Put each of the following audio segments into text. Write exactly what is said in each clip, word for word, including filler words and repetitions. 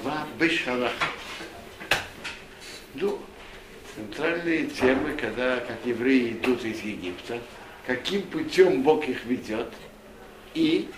Глава Бешалах. Ну, центральные темы, когда как евреи идут из Египта, каким путем Бог их ведет, и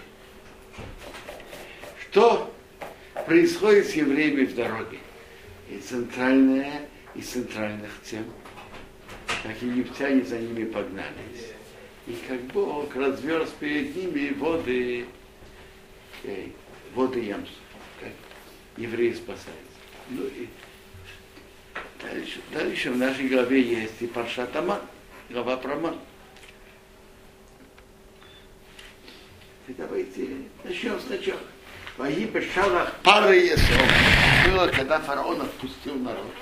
что происходит с евреями в дороге. И центральная из центральных тем, как египтяне за ними погнались. И как Бог разверз перед ними воды, э, воды Ямсу. Как евреи спасаются. Ну и дальше, дальше в нашей главе есть и Паршат Аман, глава про Аман. И давайте начнем сначала. Ваги Бешалах пара Есов. Было, когда фараон отпустил народ.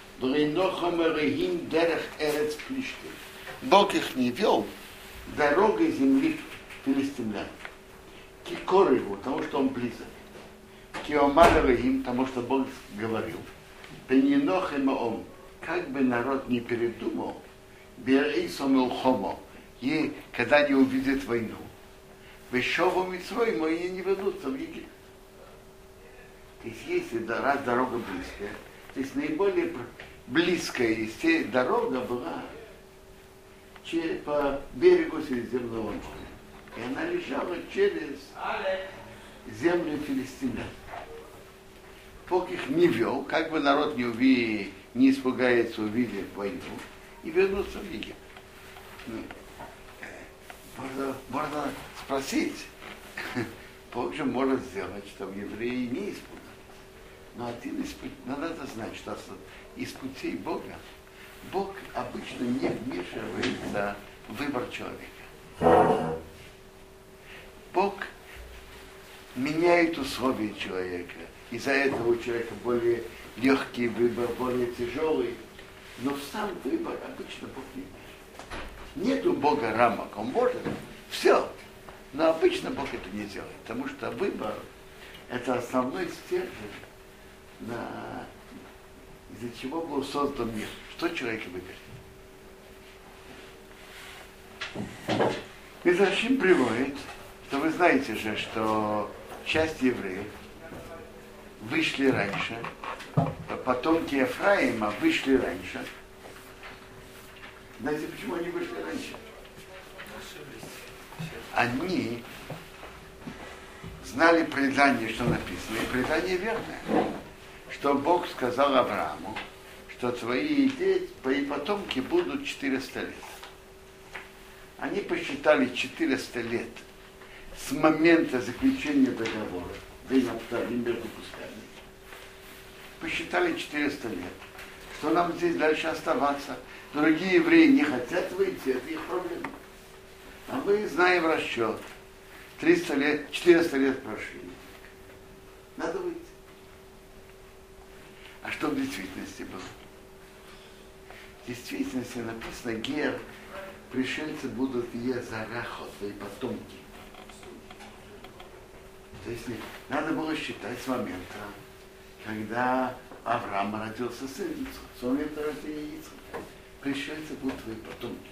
Бог их не вел дорогой земли филистимлян. Кикор его, потому что он близок. Киомар им, потому что Бог говорил. Пенинох и Маом, как бы народ не передумал, Берейсом и Хомо, и когда не увидят войну, Вешовом и свой мои не ведутся в Египет. То есть, если раз дорога близкая, то есть наиболее близкая из всей дорога была через, по берегу Средиземного моря. И она лежала через землю филистимлян. Бог их не вел, как бы народ не, уви, не испугается, увидев войну, и вернуться в Египет. Можно, можно спросить, Бог же может сделать, чтобы евреи не испугались. Но один из путей, надо знать, что из путей Бога Бог обычно не вмешивается в выбор человека. Бог меняет условия человека. Из-за этого у человека более легкий выбор, более тяжелый. Но сам выбор обычно Бог не вмешивается. Нет у Бога рамок, он может все. Но обычно Бог это не делает, потому что выбор – это основной стержень, на... из-за чего был создан мир. Что человек выберет? Мидрашим приводит, что вы знаете же, что часть евреев вышли раньше, потомки Ефраима вышли раньше. Знаете, почему они вышли раньше? Они знали предание, что написано, и предание верное, что Бог сказал Аврааму, что твои дети, твои потомки будут четыреста лет. Они посчитали четыреста лет с момента заключения договора между кусками. Посчитали четыреста лет. Что нам здесь дальше оставаться? Другие евреи не хотят выйти, это их проблема. А мы знаем расчет. триста лет, четыреста лет прошли. Надо выйти. А что в действительности было? В действительности написано, Гер, пришельцы будут Езарахот, твои потомки. То есть надо было считать с момента, когда Авраам родился сын Ицхак, с момента рождения Ицхака. Пришельцы будут твои потомки.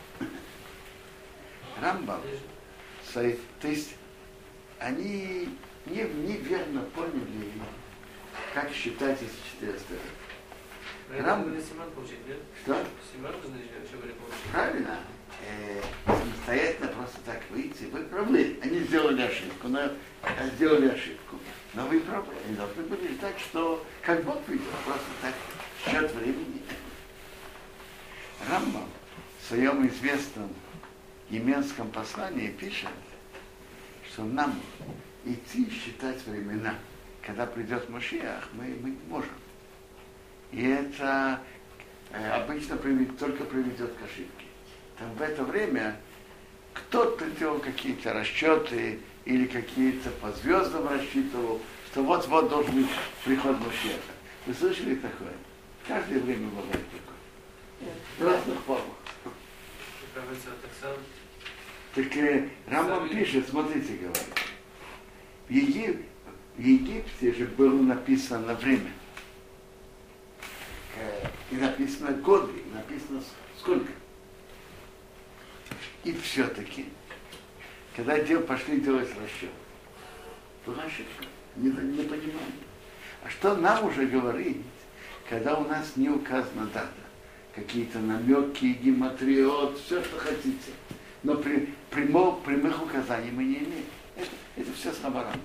Рамбам, то есть они не, неверно поняли, как считать из четыреста лет. Рам... Что? Правильно. Э, самостоятельно просто так выйти. Вы правы. Они сделали ошибку, но сделали ошибку. Но вы правы. Они должны были ждать, что как Бог видел, просто так счет времени. Рамбам в своем известном еменском послании пишет, что нам идти считать времена, когда придет Машиах, мы, мы не можем. И это э, обычно приведет, только приведет к ошибке. Там в это время кто-то делал какие-то расчеты или какие-то по звездам рассчитывал, что вот-вот должен быть приход Машиаха. Вы слышали такое? Каждое время бывает такое. В разных формах. Так э, Рамбам пишет, смотрите, говорит, в, Егип... в Египте же было написано время. Э, и написано годы, и написано сколько. И все-таки, когда дел, пошли делать расчет, была ошибка, не, не понимали. А что нам уже говорить, когда у нас не указана дата? Какие-то намеки, гематриот, все, что хотите. Но при, прямо, прямых указаний мы не имеем. Это, это все с Рамбамом.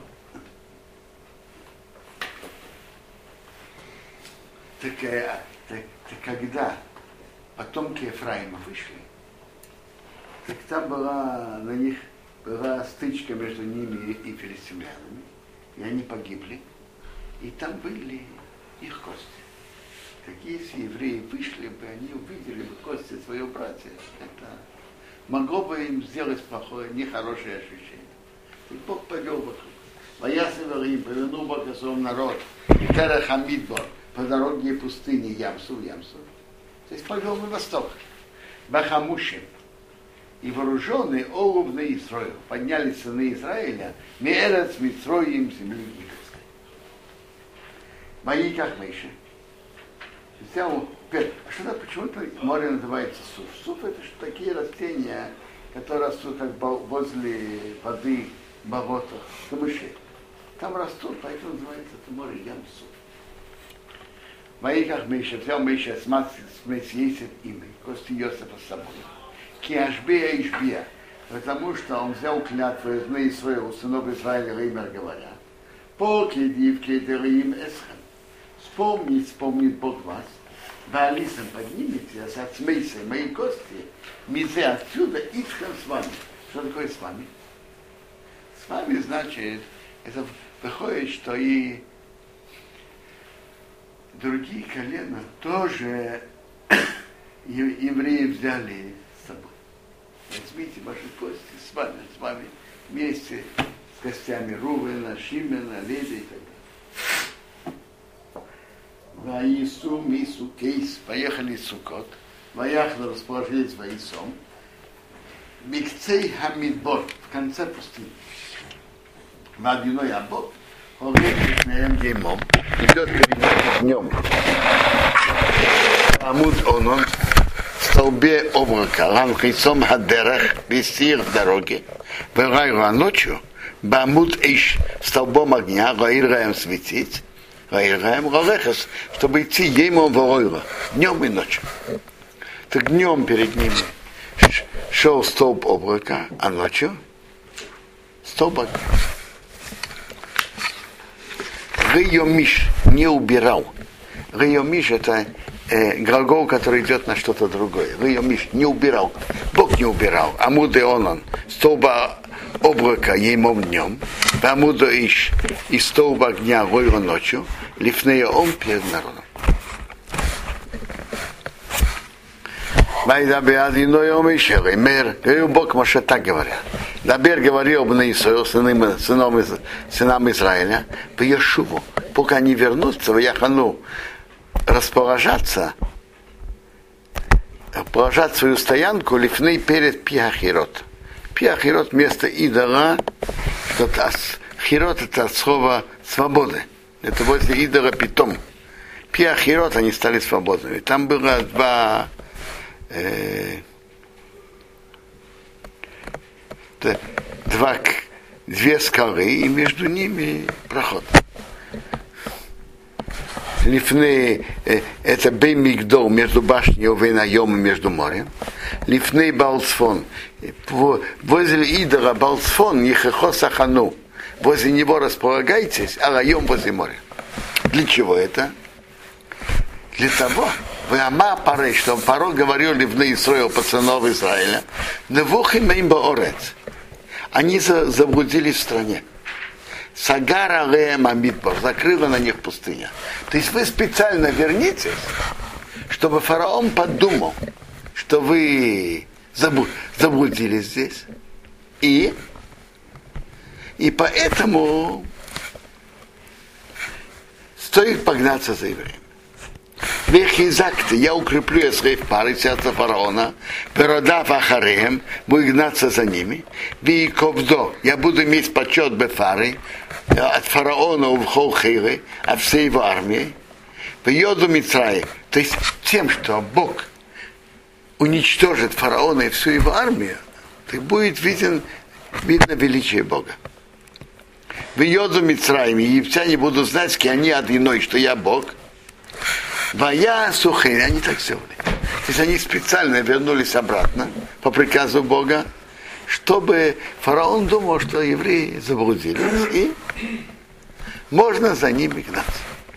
Так, так, так когда потомки Ефраима вышли, так там была на них была стычка между ними и филистимлянами, и они погибли, и там были их кости. Так если евреи вышли бы, они увидели бы кости своего братья, это могло бы им сделать плохое, нехорошее ощущение. И Бог повел вокруг. Ваясев им повернул Бог о своем народ, Терах Амидбор, по дороге пустыни Ямсу, Ямсу. То есть повел на восток. Бахамушим. И вооруженные олубные Исраил поднялись сыны Израиля, Меэрец Митроим земли египетской. Мои как Мейши. Что-то, почему-то море называется суф. Суф это что такие растения, которые растут как возле воды, в болотах, камыши. Там растут, поэтому называется это море Ям-Суф. Мои как Мейша, взял Мейша с Месьесет имя, кости Йосефа с собой. Киашбия и Ишбия, потому что он взял клятву из дней своего сынов Израиля, Реймер говоря, по кедивке Дерим Эсхем. Вспомнить, вспомнит Бог вас, Баалисом поднимете, а от Смейса, мои кости, мизе отсюда, Ицхем с вами. Что такое с вами? С вами значит, это выходит, что и другие колена тоже евреи взяли с собой. Возьмите ваши кости с вами, с вами вместе с костями Рувена, Шимена, Леви и так далее. Ваису, Мису, Кейс, поехали из Сукот. Ваяхну расположились Ваисом. Микцей Хамидбор, в конце пустыни. Вадиной Абот, Холгет Меем Геймом, идет перед днем. Амуд Онон, в столбе облака, Ламхисом Хадерах, вести их в дороге. Вырайра ночью, Бамуд Эйш, столбом огня, Раираем светить, Раираем Ровехас, чтобы идти Геймом Воройра, днем и ночью. Так днем перед ними шел столб облака, а ночью столб огня. Рейомиш не убирал. Рейомиш это э, глагол, который идет на что-то другое. Рейомиш не убирал. Бог не убирал. Амуде онон. Столба облака еймом днем. Амуде иш. И столба огня ройро ночью. Лифнея он перед народом. Говорил Бог Моше, так говорят. Дабер говорил об Исраиле, сынам, сынам, сынам Израиля, по Ешуву, пока они вернутся в Яхану, расположаться, положить свою стоянку лифней перед Пиахирот. Пиахирот место идола, что Хирот это от слова свободы. Это возле идола Питом. Пиахирот они стали свободными. Там было два Два, две скалы, и между ними проход. Лифней, это Бей-Мигдол, между башней Овейна-Йом и между морем. Лифней Балцфон, возле идола Балцфон, Ехехо-Сахану, возле него располагайтесь, а Райом возле моря. Для чего это? Для того, Вама Парей, что Паро говорил Ливней Исраил, пацанов Израиля, Невохим им Баорец. Они заблудились в стране. Сагара Леем Амидбор, закрыла на них пустыня. То есть вы специально вернитесь, чтобы фараон подумал, что вы заблудились здесь. И, и поэтому стоит погнаться за евреями. Вехизакты, я укреплю Эсрейф пары, сердца фараона, перодав ахареем, буду гнаться за ними, виковдо, я буду иметь почет бефары, от фараона в Холхейры, от всей его армии, в Йоду Мицраи, то есть тем, что Бог уничтожит фараона и всю его армию, так будет виден, видно величие Бога. В Йоду Мицраим, египтяне будут знать, что они одиной, что я Бог. Вая сухим, они так сделали. То есть они специально вернулись обратно по приказу Бога, чтобы фараон думал, что евреи заблудились, и можно за ними гнаться.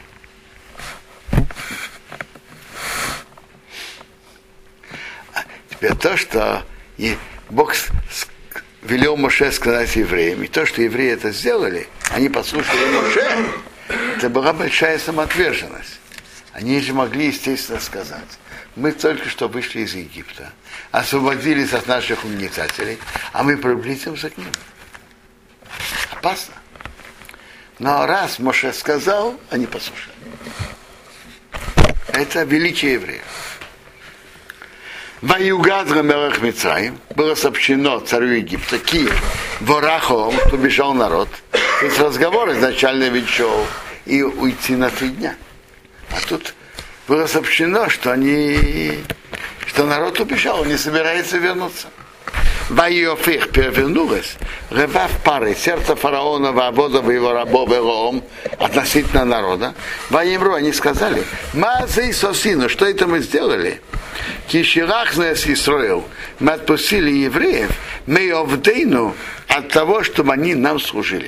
Теперь то, что Бог велел Моше сказать евреям, и то, что евреи это сделали, они послушали Моше, это была большая самоотверженность. Они же могли, естественно, сказать: мы только что вышли из Египта, освободились от наших угнетателей, а мы приблизимся к ним. Опасно. Но раз Моше сказал, они послушали. Это величие евреев. Ваюгадра Мелех Мицраим, было сообщено царю Египта, Ки Ворахом, что бежал народ. То есть разговор изначально ведь шел и уйти на три дня. А тут было сообщено, что они, что народ убежал, он не собирается вернуться. Вайофих перевернулась, ревав пары, сердце фараона, Ваводова и его рабов Элоом относительно народа. Ваимру, они сказали: Мазей Сосину, что это мы сделали? Киширахнес Исроил, мы отпустили евреев, мы овдейну от того, чтобы они нам служили.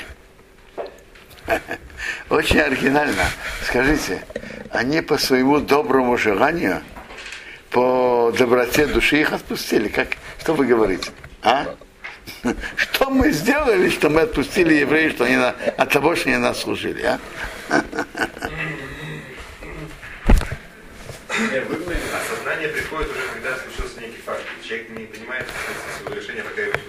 Очень оригинально. Скажите, они по своему доброму желанию, по доброте души их отпустили? Как, что вы говорите? А? Что мы сделали, что мы отпустили евреев, что они на, от того, что они нас служили? А? Осознание приходит уже, когда случился некий факт. Человек не понимает своего решения, пока его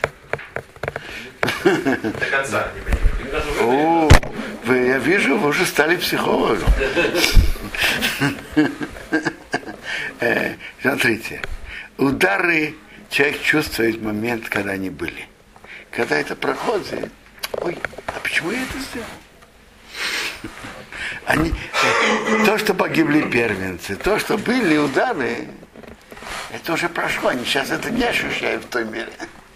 не принял. До конца не понимает. О, вы, я вижу, вы уже стали психологом. Смотрите, удары человек чувствует в момент, когда они были. Когда это проходит, ой, а почему я это сделал? Они, то, что погибли первенцы, то, что были удары, это уже прошло, они сейчас это не ощущают в той мере.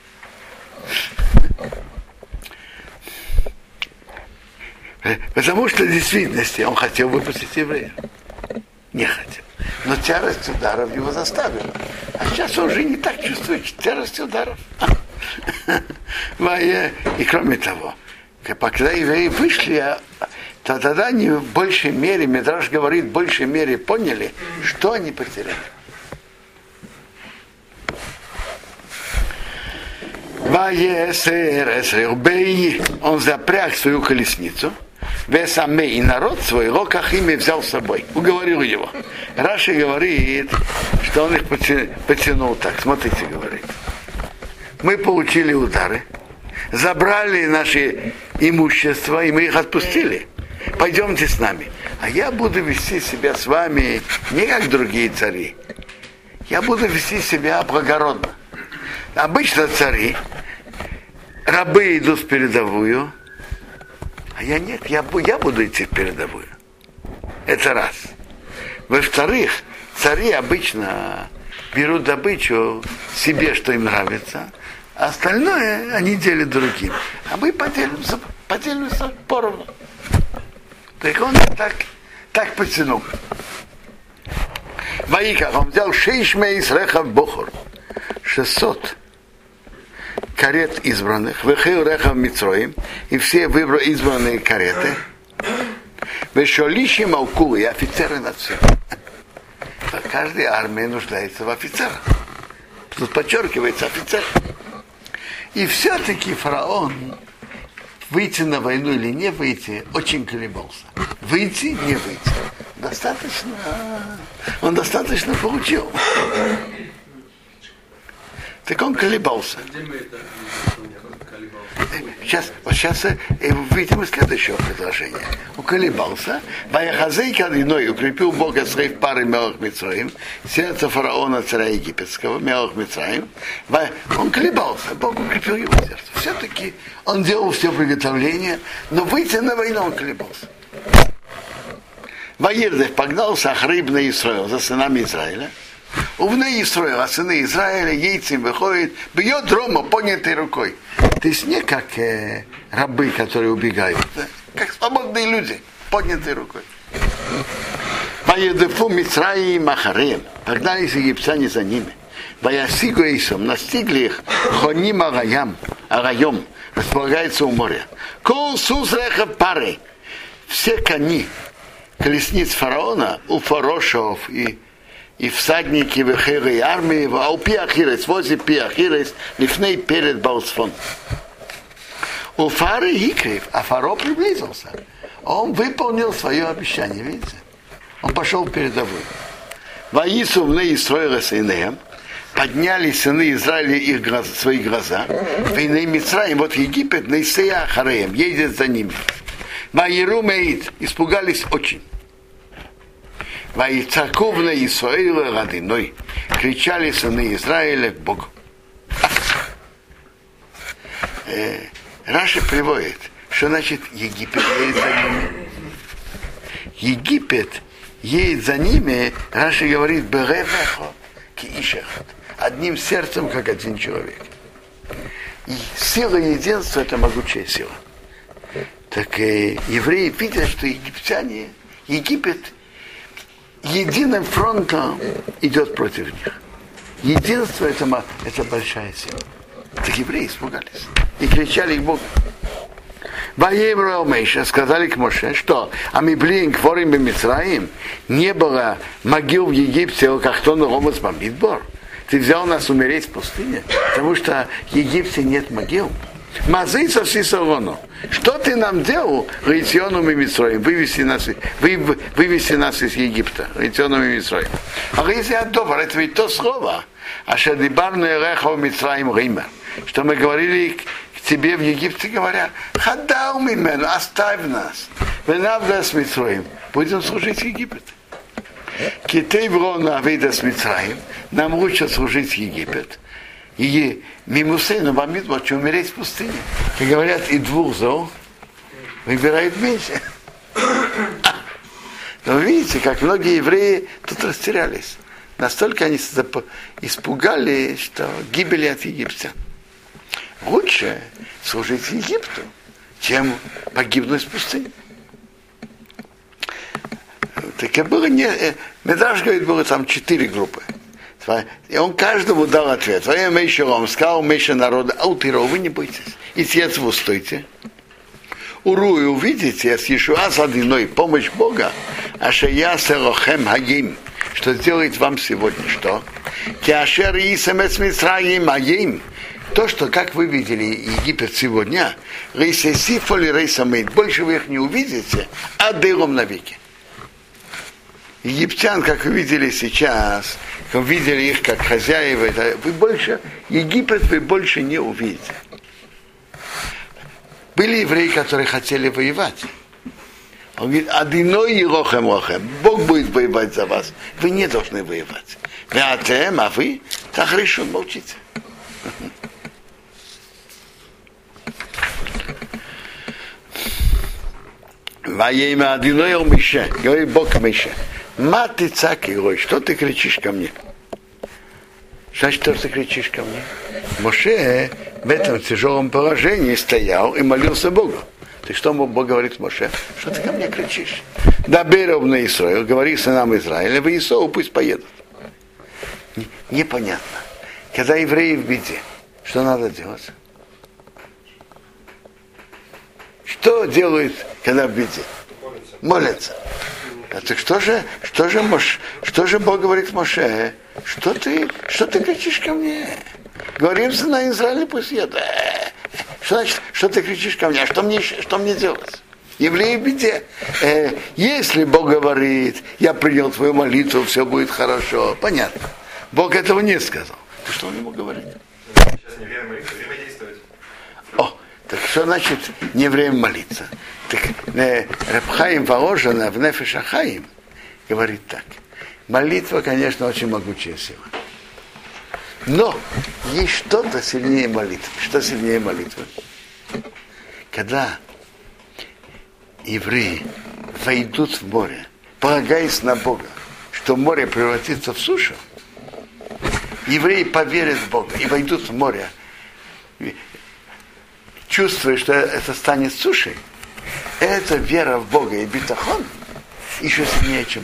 Потому что в действительности он хотел выпустить евреев. Не хотел. Но тяжесть ударов его заставила. А сейчас он уже не так чувствует тяжесть ударов. И кроме того, когда евреи вышли, то тогда они в большей мере, Мидраш говорит, в большей мере поняли, что они потеряли. Он запряг свою колесницу, Весаме, и народ свой, Рокахими взял с собой, уговорил его. Раши говорит, что он их потянул так. Смотрите, говорит. Мы получили удары, забрали наше имущество, и мы их отпустили. Пойдемте с нами. А я буду вести себя с вами не как другие цари. Я буду вести себя благородно. Обычно цари, рабы идут в передовую, а я нет, я, я буду идти в передовую. Это раз. Во-вторых, цари обычно берут добычу себе, что им нравится, а остальное они делят другим. А мы поделимся, поделимся поровну. Так он так, так потянул. Ваиках, он взял шейшмей из рехав бохор. шестьсот карет избранных, вехил рехав мицроим, и все выбрали избранные кареты. Вешолищи малкулы, и офицеры над всем. Каждая армия нуждается в офицерах. Тут подчеркивается офицер. И все-таки фараон, выйти на войну или не выйти, очень колебался. Выйти, не выйти. Достаточно, он достаточно получил. Так он колебался. Сейчас, вот сейчас выйдем из следующего предложения. Он колебался. Ваяхазейка иной укрепил Бога своей пары Мелех Мицраим, сердце фараона царя египетского, Мелех Мицраим. Он колебался, Бог укрепил его сердце. Все-таки он делал все приготовления, но выйти на войну он колебался. Ваирдев погнался Ахриб на Исраил, за сынами Израиля. Увны Исраил, а сыны Израиля, яйцем выходит, бьет Рома, поднятой рукой. То есть не как э, рабы, которые убегают, да? Как свободные люди, поднятой рукой. Ваедефу Мицраи Махареем, погнались египтяне за ними. Ваясигу Эйсом, настигли их Хоним Агаям, Агайом, располагается у моря. Кол Сузреха пары, все кони, колесниц фараона, у фарошев и и всадники в Эхере армии, а у Пиахирес, возле Пиахирес, лифней перед Балсфон. У Фары Икрив, а Фаро приблизился. Он выполнил свое обещание, видите? Он пошел в передовую. Воису в ней строила сынеем, подняли сыны Израиля их глаза, свои глаза, войны Мицраим, вот Египет, Нейсея Хареем, едет за ними. Ваиру Меид, испугались очень. Ваицаковна Исраила Радиной, кричали сыны Израиля к Богу. Э, Раши приводит, что значит Египет едет за ними. Египет едет за ними, Раши говорит, беревехо киишехат, одним сердцем, как один человек. И сила единства — это могучая сила. Так э, евреи видят, что египтяне, Египет единым фронтом идет против них. Единство — это, это большая сила. Так евреи испугались и кричали к Богу. Ваевра Мейша сказали к Моше, что Амиблин Кворим Бемицраим, не было могил в Египте, как то на Ромас Бамидбор. Ты взял нас умереть в пустыне, потому что в Египте нет могил. Мазыца Сисарону. Что ты нам делал, Рейтионом и Мицроем, вывести нас, вы, вывести нас из Египта, Рейтионом и Мицроем. А если я добр, это ведь то слово, а шадибарную рехо Мицраим Рима, что мы говорили к тебе в Египте, говоря, хадау мимен, оставь нас, венавда с Мицроем, будем служить Египет. Китей врона авейда с Мицраим, нам лучше служить Египет. И мимусейну бамидбор, чем умереть в пустыне. И говорят, и двух зол выбирают меньше. Но видите, как многие евреи тут растерялись. Настолько они испугались, что гибели от египтян. Лучше служить Египту, чем погибнуть в пустыне. Так и было не... Медраш говорит, было там четыре группы. И он каждому дал ответ. Твоя Мейша вам сказал, Мейша народа, Алтиро, вы не бойтесь. И тец вы стойте. Уру и увидите, с Иешуа с одиной помощь Бога, а я серохем хагим, что сделает вам сегодня что? Киашер и самец Мицраим агим. То, что, как вы видели Египет сегодня, рейсесифоли рейсамейт, больше вы их не увидите, а дыром навеки. Египтян, как вы видели сейчас, как вы видели их как хозяева, вы больше, Египет вы больше не увидите. Были евреи, которые хотели воевать. Он говорит, одиной и лохем лохем, Бог будет воевать за вас, вы не должны воевать. А тем, а вы, так решен, молчите. Воемя одиной у Мише, говорит Бог Мише. Маты цак и что ты кричишь ко мне? Значит, что ты кричишь ко мне? Моше в этом тяжелом положении стоял и молился Богу. Ты что Бог говорит Моше? Что ты ко мне кричишь? Да беров на Исраил, говори сынам Израиля, в Исоу пусть поедут. Непонятно. Когда евреи в беде, что надо делать? Что делают, когда в беде? Молятся. А так что же, что же, Мош, что же Бог говорит Моше? Что ты, что ты кричишь ко мне? Говорим сына Израиля, пусть едут. Что значит, что ты кричишь ко мне? А что мне, что мне делать? Евреи в беде. Э, если Бог говорит, я принял твою молитву, все будет хорошо. Понятно. Бог этого не сказал. Ты что он ему говорит? Сейчас не время молиться, время действовать. О, так что значит не время молиться? Так э, Реб Хаим Воложина в Нефеш ха-Хаим говорит так. Молитва, конечно, очень могучая сила. Но есть что-то сильнее молитвы. Что сильнее молитвы? Когда евреи войдут в море, полагаясь на Бога, что море превратится в сушу, евреи поверят в Бога и войдут в море, чувствуя, что это станет сушей, это вера в Бога и битахон еще сильнее, чем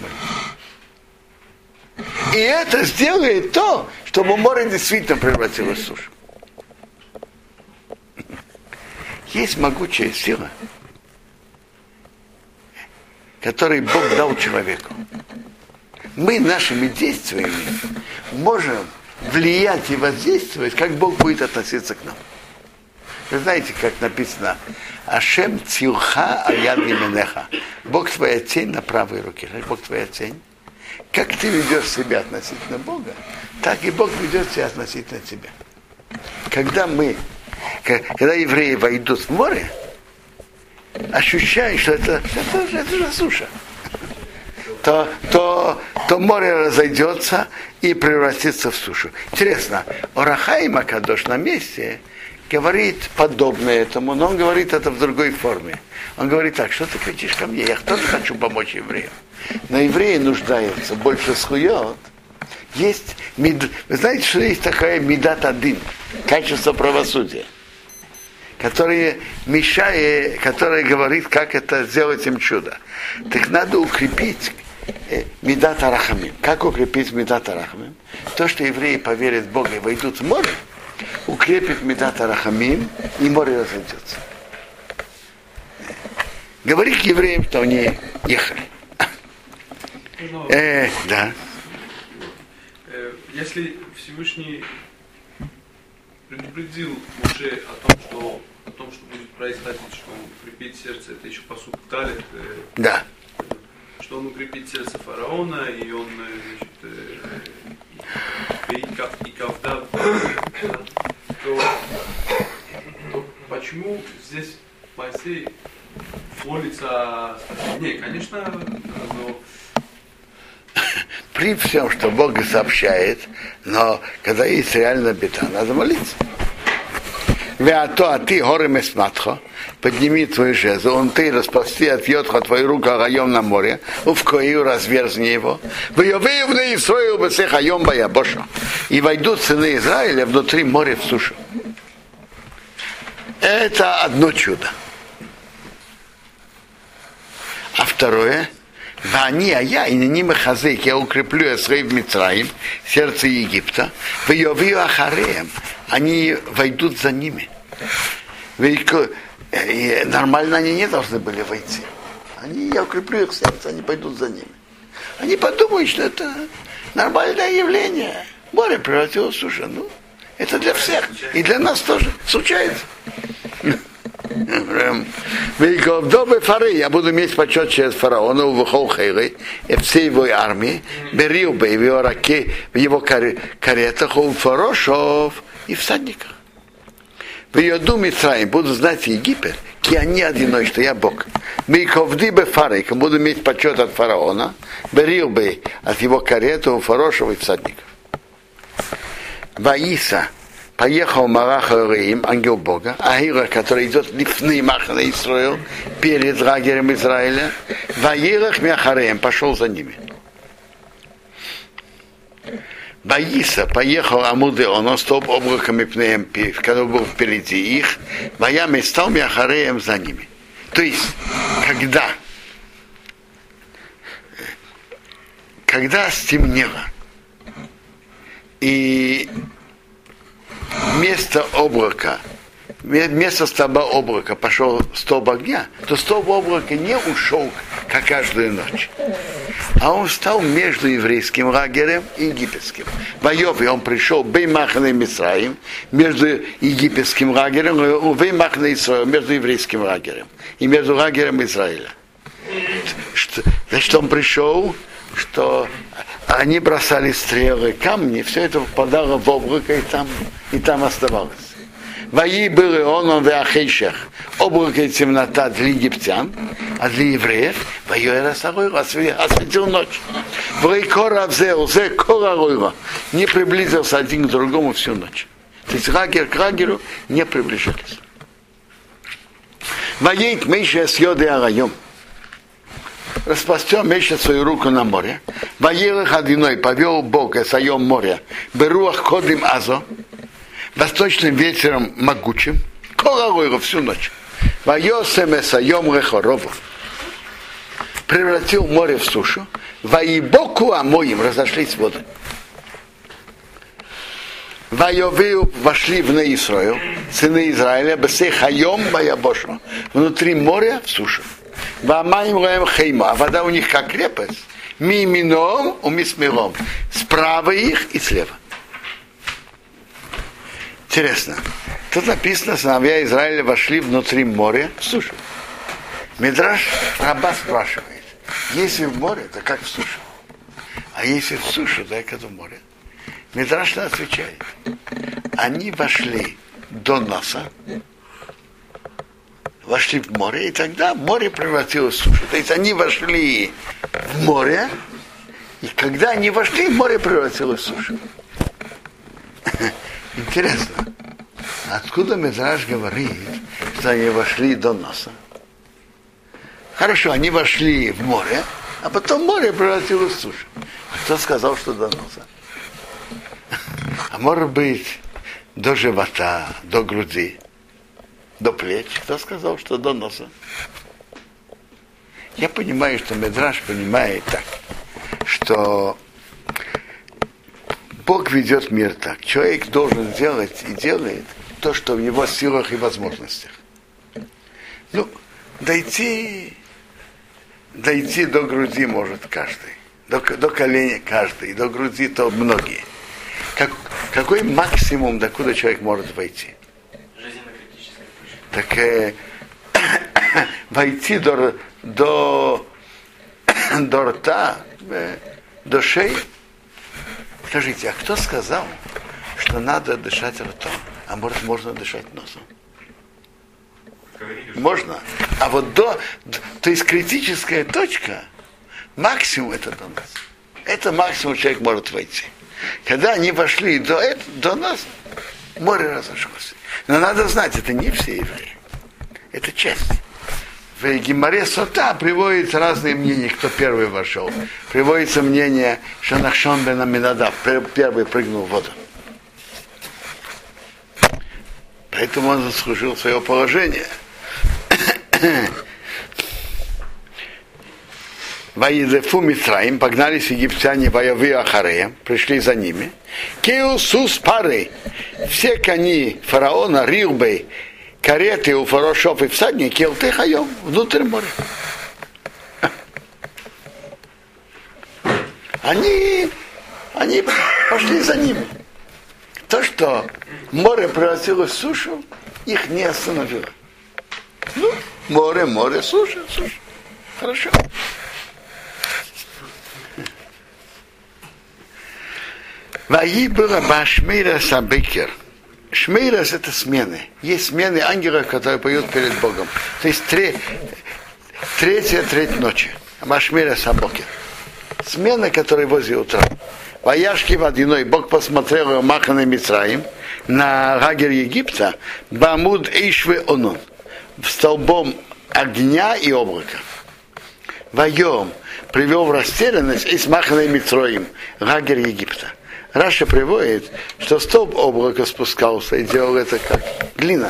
это. И это сделает то, чтобы море действительно превратилось в сушу. Есть могучая сила, которую Бог дал человеку. Мы нашими действиями можем влиять и воздействовать, как Бог будет относиться к нам. Вы знаете, как написано: Ашем цилха аяд именеха. Бог твоя тень на правой руке. Бог твоя тень. Как ты ведешь себя относительно Бога, так и Бог ведет себя относительно тебя. Когда мы, когда евреи войдут в море, ощущаешь, что это, это, же, это же суша, то, то, то море разойдется и превратится в сушу. Интересно, Ор ха-Хаим ха-Кадош на месте говорит подобное этому, но он говорит это в другой форме. Он говорит так: что ты кричишь ко мне? Я тоже хочу помочь евреям. Но евреи нуждаются больше схует. Есть, вы знаете, что есть такая мидат адин, качество правосудия, которое мешает, которое говорит, как это сделать им чудо. Так надо укрепить мидат арахамим. Как укрепить мидат арахамим? То, что евреи поверят в Бога и войдут в море, укрепит мидат арахамим, и море разойдется. Говори к евреям, что они ехали. Э, да. Если Всевышний предупредил Моше о том, что о том, что будет происходить, что он укрепит сердце, это еще посуд Талит, э, да. Что он укрепит сердце фараона, и он, значит, э, и Кавдав, то, то почему здесь Моисей молится? Не, конечно, но при всем, что Бог сообщает, но когда есть реально беда, надо молиться. А ты горы месматхо, подними твой жезл, он ты распрости от йотха твою руку агаем на море, увкою разверзни его, выявивны Исраил бесех айом баябоша, и войдут сыны Израиля внутри моря в сушу. Это одно чудо. А второе: Вани, а я, и на ним хазык, я укреплю Эсрей в Мицраим, сердце Египта, в Йовию Ахареем, они войдут за ними. И нормально они не должны были войти. Они, я укреплю их сердце, они пойдут за ними. Они подумают, что это нормальное явление. Море превратилось в сушу. Ну, это для всех. И для нас тоже случается. Я буду иметь почет через фараона в Холхейры и всей его армии, берил бы в его раке, в его каретах, у фарошов и всадниках. В ее думе Мицраим буду знать Египет, ки они одиной, что я Бог. Мейковди бы фарей, буду иметь почет от фараона, берил бы от его кареты, у фарошев и всадников. Ваиса поехал Малах Элоим, ангел Бога, Ахира, который идет лифны Махна Исраил, перед лагерем Израиля, Ваирах Мяхареем, пошел за ними. Ваиса поехал Амуде, он столб облаками пнеем, когда был впереди их, Ваями стал Мяхареем за ними. То есть, когда, когда стемнело, и вместо облака, вместо столба облака пошел столб огня, то столб облака не ушел, как каждую ночь, а он стал между еврейским лагерем и египетским. В Айове он пришел Беймахна и Мицраим, между египетским лагерем и Беймахна и Исраил, между еврейским лагерем и между лагерем Израиля. Что, значит, он пришел, что они бросали стрелы, камни, все это попадало в облако и там, и там оставалось. Вои был и он, он в Ахейшах, облако и темнота для египтян, а для евреев вои рассоройла, осветил ночь. Врейкора взял, зе кора ройла, не приблизился один к другому всю ночь. То есть лагерь к лагерю не приближались. Вои к Мейше с Йоды Арайом. Распростер Меша свою руку на море, воелых одиной повел Бог и своем море, беруах кодим азо, восточным ветером могучим, кололойру всю ночь. Вайосемеса йом рехорову. Превратил море в сушу. Ваибоку амоим, разошлись воды. Вайовею вошли в Неисрою, сыны Израиля, бесей хайом ваябошу. Внутри моря в сушу. Вамаим роем хейма, а вода у них как крепость. Мимином у мисмиром. Справа их и слева. Интересно. Тут написано, сыновья Израиля вошли внутри моря в сушу. Мидраш Раба спрашивает, если в море, то как в сушу? А если в сушу, то как в море? Мидраш отвечает, они вошли до носа, вошли в море, и тогда море превратилось в сушу. То есть они вошли в море, и когда они вошли, море превратилось в сушу. Интересно, откуда Мидраш говорит, что они вошли до носа? Хорошо, они вошли в море, а потом море превратилось в сушу. Кто сказал, что до носа? А может быть, до живота, до груди, до плеч. Кто сказал, что до носа? Я понимаю, что Мидраш понимает так, что Бог ведет мир так. Человек должен делать и делает то, что в его силах и возможностях. Ну, дойти, дойти до груди может каждый, до, до колена каждый, до груди то многие. Как, какой максимум, докуда человек может войти? Так э, войти до, до, до рта, э, до шеи. Скажите, а кто сказал, что надо дышать ртом, а может можно дышать носом? Можно. А вот до, то есть критическая точка, максимум это до нас. Это максимум человек может войти. Когда они вошли до, этого, до нас, море разошлось. Но надо знать, это не все евреи. Это часть. В Гемаре Сота приводятся разные мнения, кто первый вошел. Приводится мнение, что Нахшон бен Аминадав первый прыгнул в воду. Поэтому он заслужил свое положение. Ваидефу Митраим, погнались египтяне вояви Ахарея, пришли за ними. Кеусус пары, все кони фараона, рилбей, кареты у фарошов и всадники, келты хайом, внутрь моря. Они, они пошли за ними. То, что море превратилось в сушу, их не остановило. Ну, море, море, суша, суша. Хорошо. Ваибра Шмейрас Абекер. Шмейрас это смены. Есть смены ангелов, которые поют перед Богом. То есть три, третья треть ночи. Башмейрас Абекер. Смена, которая возле утра. Ваяшки водяной. Бог посмотрел Махана Мицраим на лагерь Египта. Бамуд Эйшве Онон. В столбом огня и облака. Вайом привел в растерянность из Махана Мицраим лагерь Египта. Раша приводит, что столб облака спускался и делал это как глина.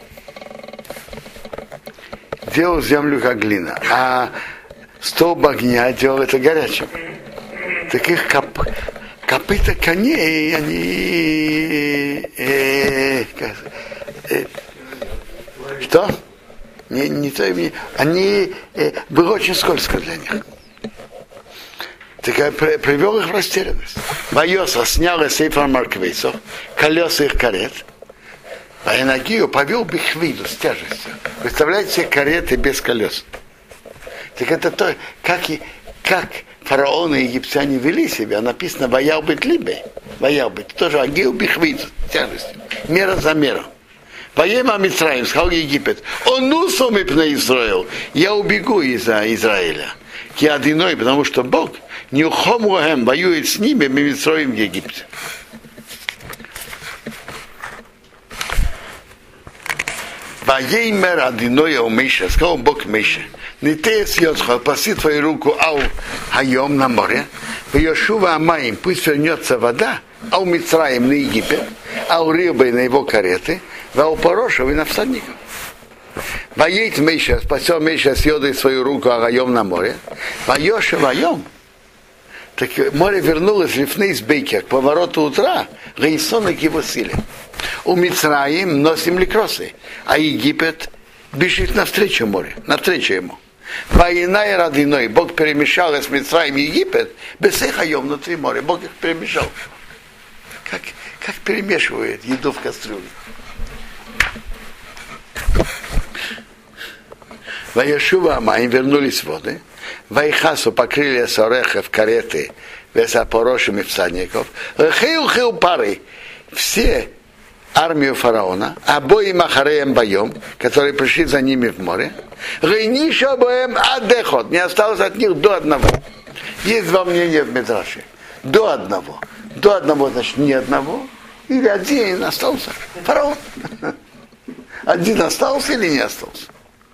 Делал землю как глина. А столб огня делал это горячим. Таких коп, копыта коней, они... Э, э, что? Не, не то, не, они... Э, было очень скользко для них. Так я привел их в растерянность. Вайоса снял из сейфа марквейцов, колеса их карет, а Энагию повел бихвиду с тяжестью. Представляете себе кареты без колес. Так это то, как, и, как фараоны и египтяне вели себя, написано «Ваял быть либей». Ваял быть. Тоже агил бихвиду с тяжестью. Мера за меру. Воема Мицраим, сказал Египет, он ну сомип на Израиль, я убегу из-за Израиля. Я одиной, потому что Бог не ухомуэм воюет с ними, мы Мицраим в Египте. Воеймер одиной у Миша, сказал Бог Миша, не ты съедешь, паси твою руку ау хайом на море, в Йошува Амаим, пусть вернется вода, а у Мицраим на Египет, а у Рибы на его кареты, у Порошев и на всадников. Воит Миша, спасел Миша с Йодой свою руку Агаем на море. Воешь Агаем. Так море вернулось лифней с Бейкер к повороту утра, Гайсона к его силе. У Мицраим носим ликросы, а Египет бежит навстречу морю, навстречу ему. Война и родиной. Бог перемешал с Мицраим и Египет, без их Агаем внутри моря. Бог их перемешал. Как, как перемешивает еду в кастрюле. Ваяшува Амаим, вернулись воды. Вайхасу покрыли сорехов, кареты, весапорошими всадников. Хил-хил пары. Все армию фараона, обоим Ахареем боем, которые пришли за ними в море. Гейниша боем адехот. Не осталось от них до одного. Есть два мнения в Мидраше. До одного. До одного, значит, ни одного. Или один остался. Фараон. Один остался или не остался?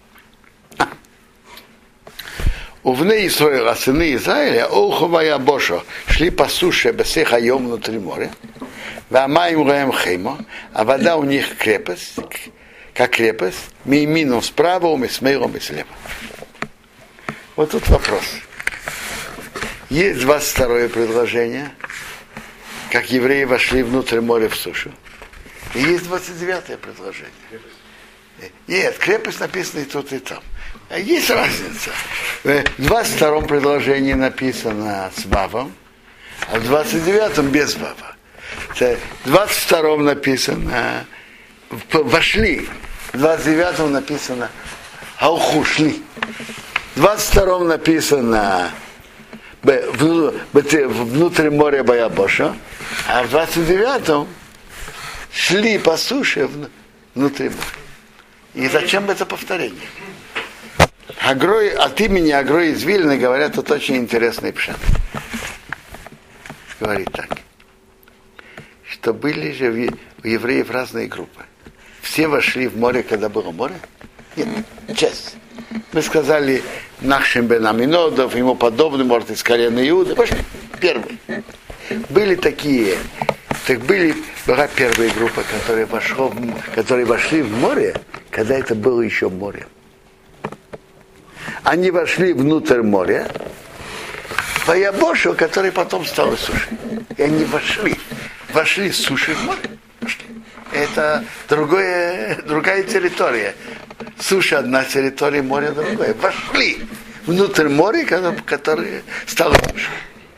Увны Исраиля, сыны Израиля, Олхова Бошо, шли по суше без всех Айом внутри моря. Вамаим Раем Хеймо, а вода у них крепость, как крепость, мимином справа, мисмейлом и слева. Вот тут вопрос. Есть двадцать второе предложение, как евреи вошли внутрь моря в сушу. И есть двадцать девятое предложение. Нет, крепость написана и тут, и там. Есть разница. В двадцать втором предложении написано с вавом, а в двадцать девятом без вава. В двадцать втором написано вошли, в двадцать девятом написано алху, шли. В двадцать втором написано внутрь моря Баябоша, а в двадцать девятом шли по суше внутри моря. И зачем это повторение? Агрой, от имени Агрой из Вильны говорят, тут очень интересный пшат. Говорит так, что были же у евреев разные группы. Все вошли в море, когда было море? Нет, часть. Мы сказали Нахшим бен Аминодов, ему подобный, может, из колена Иуды. Пошли, первый. Были такие, так были, была первая группа, которая вошла, которые вошли в море, когда это было еще море. Они вошли внутрь моря, по Ябошу, который потом стал сушей. И они вошли, вошли с суши в море. Вошли. Это другое, другая территория. Суша одна территория, море другое. Вошли внутрь моря, которое стало сушей.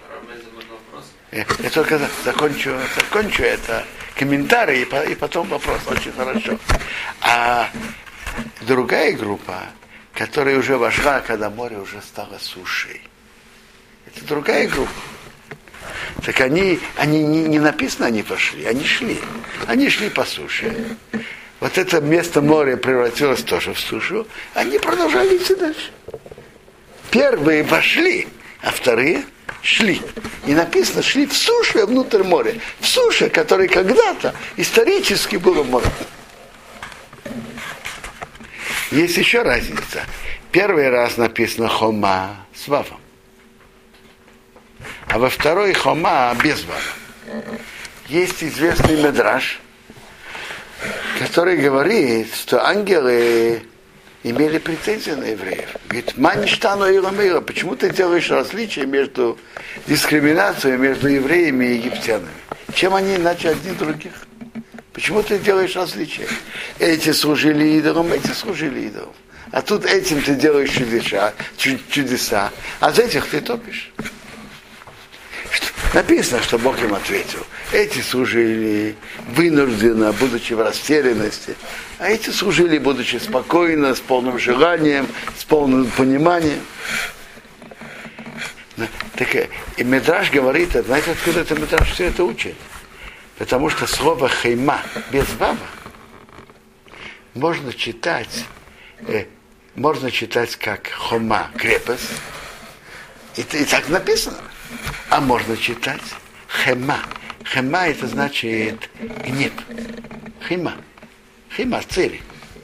Я только закончу, закончу это комментарий и потом вопрос. Очень хорошо. А другая группа, которая уже вошла, когда море уже стало сушей. Это другая группа. Так они, они не, не написано, они пошли, они шли. Они шли по суше. Вот это место моря превратилось тоже в сушу. Они продолжали идти дальше. Первые вошли, а вторые шли. И написано, шли в суше внутрь моря. В суше, которое когда-то исторически было море. Есть еще разница. Первый раз написано хома с вавом, а во второй хома без вава. Есть известный медраж, который говорит, что ангелы имели претензии на евреев. Говорит, маништану и ламейра, почему ты делаешь различие между дискриминацией между евреями и египтянами? Чем они иначе одни других? Почему ты делаешь различия? Эти служили идолам, эти служили идолам. А тут этим ты делаешь чудеса, чудеса, а за этих ты топишь. Что, написано, что Бог им ответил. Эти служили вынужденно, будучи в растерянности, а эти служили, будучи спокойно, с полным желанием, с полным пониманием. Так, и Мидраш говорит, знаете, откуда это Мидраш все это учит? Потому что слово хейма без вава можно читать, э, можно читать как хома, крепость, и, и так написано. А можно читать хема. Хема это значит гнев. Хема. Хема, цели.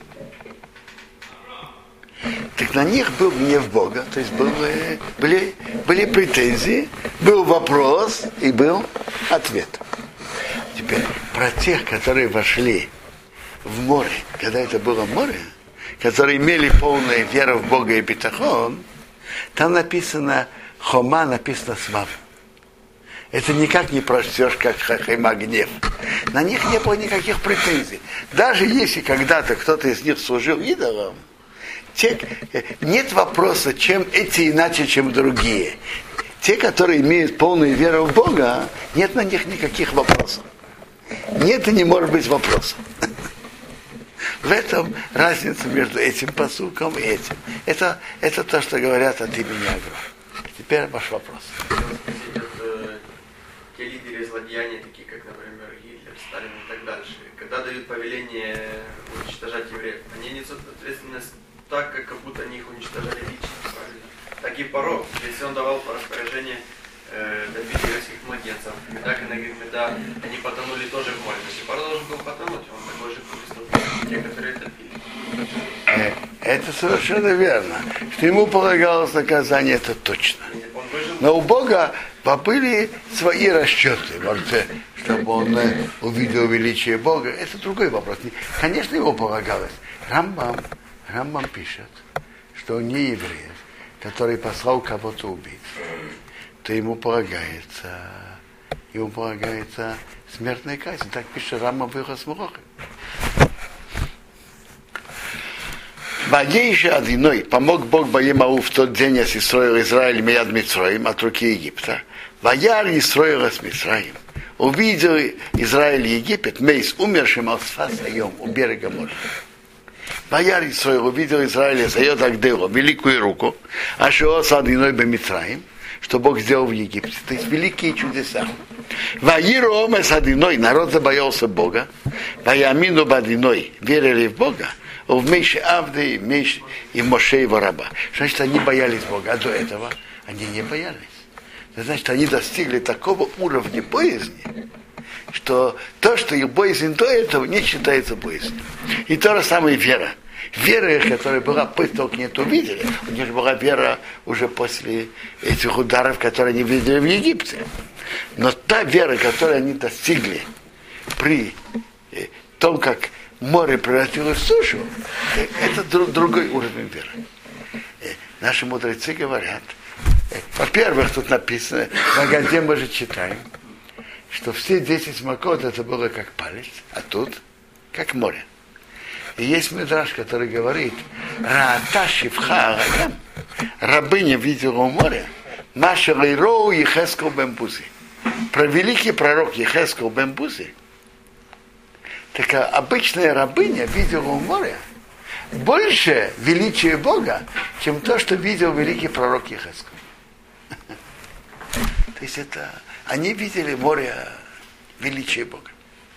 Так на них был гнев Бога, то есть был, были, были претензии, был вопрос и был ответ. Теперь про тех, которые вошли в море, когда это было море, которые имели полную веру в Бога и битахон, там написано хома, написано смав. Это никак не прочтешь, как хахима, гнев. На них не было никаких претензий. Даже если когда-то кто-то из них служил идолам, те, нет вопроса, чем эти иначе, чем другие. Те, которые имеют полную веру в Бога, нет на них никаких вопросов. Нет и не может быть вопросов. В этом разница между этим посуком и этим. Это, это то, что говорят от имени Агро. Теперь ваш вопрос. Те лидеры злодеяния, такие как, например, Гитлер, Сталин и так дальше, когда дают повеление уничтожать евреев, они несут ответственность так, как, как будто они их уничтожали лично, правильно? Так и Паро, если он давал по распоряжению э, добить еврейских младенцев, Медак и Нагидмеда, они потонули тоже в море. Если Паро должен был потонуть, он такой же преступник, те, которые топили. Это совершенно верно. Что ему полагалось наказание, это точно. Но у Бога были свои расчеты. Может, чтобы он увидел величие Бога. Это другой вопрос. Конечно, ему полагалось. Рамбам, Рамбам пишет, что он не еврей, который послал кого-то убить, то ему полагается, ему полагается смертная казнь. Так пишет Рамбам в Ихосмурохе. Багейша Адиной, помог Бог Баемау в тот день, если строил Израиль Мияд Мицроим от руки Египта. Ваяр не строил с Мицраим. Увидел Израиль Египет, Мейс, умершим от Сфасайом у берега моря. Ваяр не строил, увидел Израиль Зайот Агдыло, великую руку, а что с Адиной Бемицраим, что Бог сделал в Египте. То есть великие чудеса. Ваиру Омес Адиной, народ забоялся Бога. Ваямину Бадиной, верили в Бога. В Мейше Авды, Мейш и Моше его раба. Значит, они боялись Бога, а до этого они не боялись. Значит, они достигли такого уровня боязни, что то, что их боязнь до этого, не считается боязнью. И то же самое вера. Вера, которая была после того, как они это увидели, у них была вера уже после этих ударов, которые они видели в Египте. Но та вера, которую они достигли при том, как море превратилось в сушу, это друг, другой уровень веры. Наши мудрецы говорят, во-первых, тут написано, в Агаде мы же читаем, что все десять макот это было как палец, а тут как море. И есть мидраш, который говорит, Раата шивха арадам, рабыня видела у моря, Маша Лейроу Ехескал Бембузи. Про великий пророк Ехескал Бембузи. Такая обычная рабыня видела у моря больше величия Бога, чем то, что видел великий пророк Ехескал. То есть это они видели море величия Бога.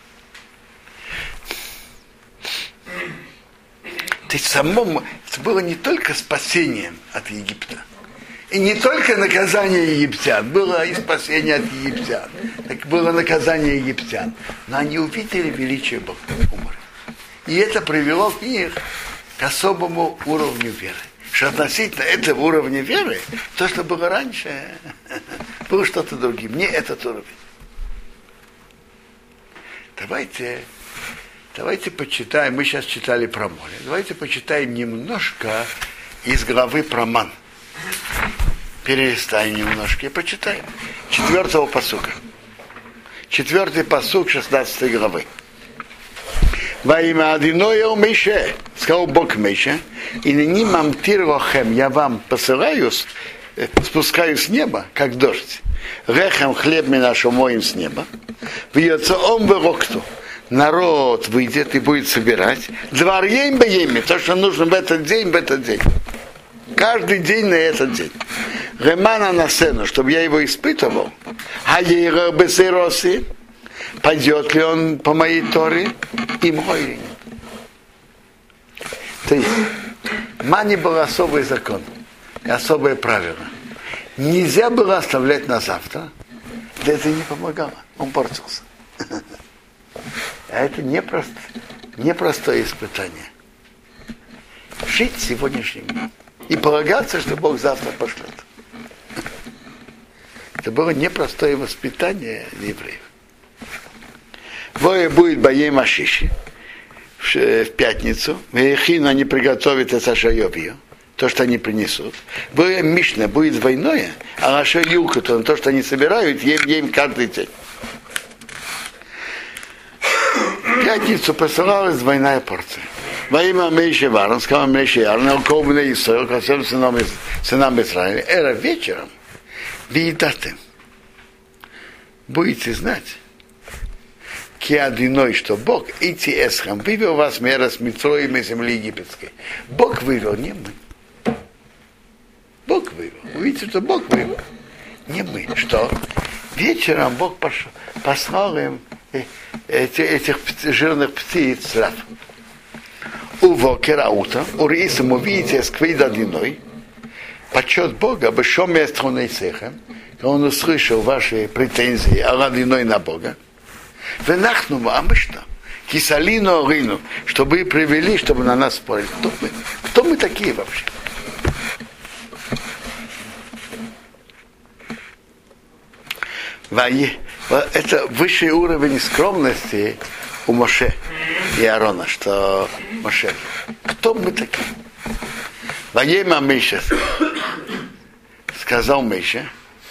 То есть самому это было не только спасением от Египта, и не только наказание египтян, было и спасение от египтян, так было наказание египтян. Но они увидели величие Бога у моря. И это привело к них к особому уровню веры. Что относительно этого уровня веры, то, что было раньше, было что-то другим. Не этот уровень. Давайте, давайте почитаем, мы сейчас читали про море. Давайте почитаем немножко из главы про ман. Перелистаем немножко и почитаем. Четвертого пасука. Четвертый пасук шестнадцатой главы. Во имя Адиноя у Мейше, сказал Бог Мейше, и ныне мамтир лохем, я вам посылаю, спускаю с неба, как дождь. Рехем хлеб мы наш умоем с неба. Вьется он в рокту. Народ выйдет и будет собирать. Дворьем бееми, то, что нужно в этот день, в этот день. Каждый день на этот день. Ремана на сцену, чтобы я его испытывал. А ейра бесероси, пойдет ли он по моей Торе и мой. То есть, в мане был особый закон, особое правило. Нельзя было оставлять на завтра. Да это не помогало. Он портился. А это непросто, непростое испытание. Жить сегодняшним днем. И полагаться, что Бог завтра пошлет. Это было непростое воспитание евреев. Вое будет боей Машиши. в пятницу, Вехину они приготовят это шайобию, то, что они принесут. Будет Мишна, будет двойное, а наша юка, то, то, что они собирают, ем, ем каждый день. В пятницу посылалась двойная порция. Во имя Мейши Варон, сказал Мейши Варон, Алковный Исраил, ко всем сынам Израиля, эра вечером, видите, будете знать, Киадиной, что Бог, идти эсхам, вывел вас мера с Митроем и земли египетской. Бог вывел, не мы. Бог вывел. Вы видите, что Бог вывел. Не мы. Что? Вечером Бог пошел, послал им эти, этих жирных птиц. У Вокера утром, у Рисом увидите сквида диной, почет Бога, бешом мест он и цехом, когда он услышал ваши претензии, аладиной на Бога. Венахну, а мы что? Кисалину Орину, чтобы привели, чтобы на нас спорили. Кто мы? Кто мы такие вообще? Это высший уровень скромности у Моше и Аарона, что Моше. Кто мы такие? Ваема Миша сказал Миша,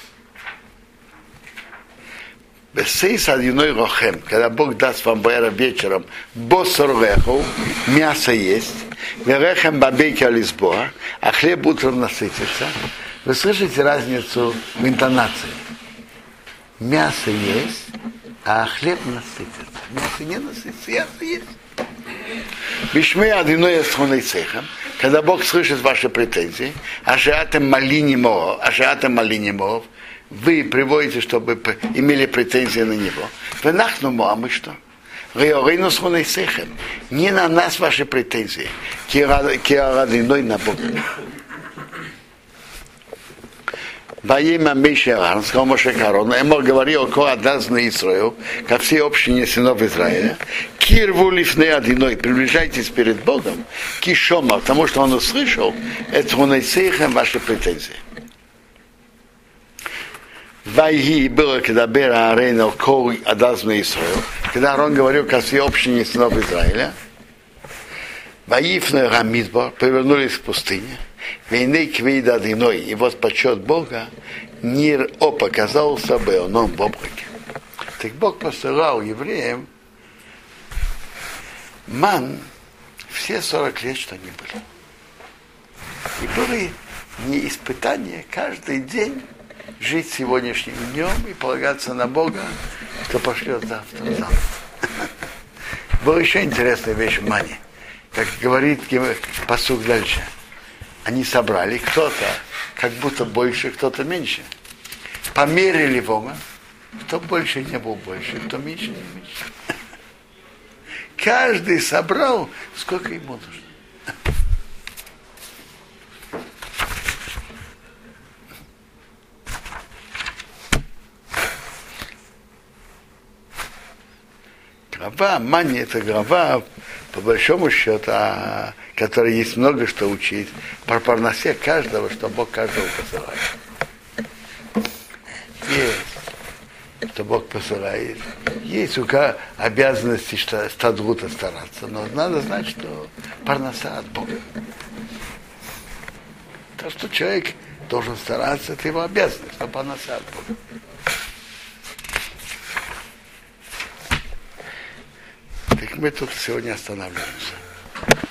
когда Бог даст вам бэра вечером, босорвеху, мясо есть, верехем бабейки алисбоа, а хлеб утром насытится. Вы слышите разницу в интонации? Мясо есть, а хлеб насытится. Мясо не насытится, мясо есть. Бишмей одиной эсхуной цехом, когда Бог слышит ваши претензии, ашиатем малинимов, ашиатем малинимов, вы приводите, чтобы имели претензии на него. Вы нахнуму, а мы что? Не на нас ваши претензии. Киарадиной на Бога. Во имя Миша Аарон, сказал Моше Аарону, Эмор говорил, ко одазный Исраил, ко всей общине сынов Израиля, кирву лифней одиной, приближайтесь перед Богом, кишома, потому что он услышал, это он и сейхем ваши претензии. Вайги было, когда Бера Арейна ко одазный Исраил, когда Аарон говорил ко всей общине сынов Израиля, Ваифны Рамидбор повернулись в пустыне, Вейней квейда одиной, и вот почет Бога, Нир О показался бы он в облаке. Так Бог посылал евреям ман все сорок лет, что они были. И были не испытания, каждый день жить сегодняшним днем и полагаться на Бога, что пошлет завтра. завтра. Была еще интересная вещь в мане. Как говорит пасук дальше. Они собрали кто-то, как будто больше, кто-то меньше. Померили вома. Кто больше не был больше, кто меньше не меньше. Каждый собрал, сколько ему нужно. Глава, мани это глава, по большому счету, о которой есть много что учить, про парносе каждого, что Бог каждого посылает. Есть, что Бог посылает. Есть у кого обязанности что стадрута стараться, но надо знать, что парноса от Бога. То, что человек должен стараться, это его обязанность, но парноса от Бога. Так мы тут сегодня останавливаемся.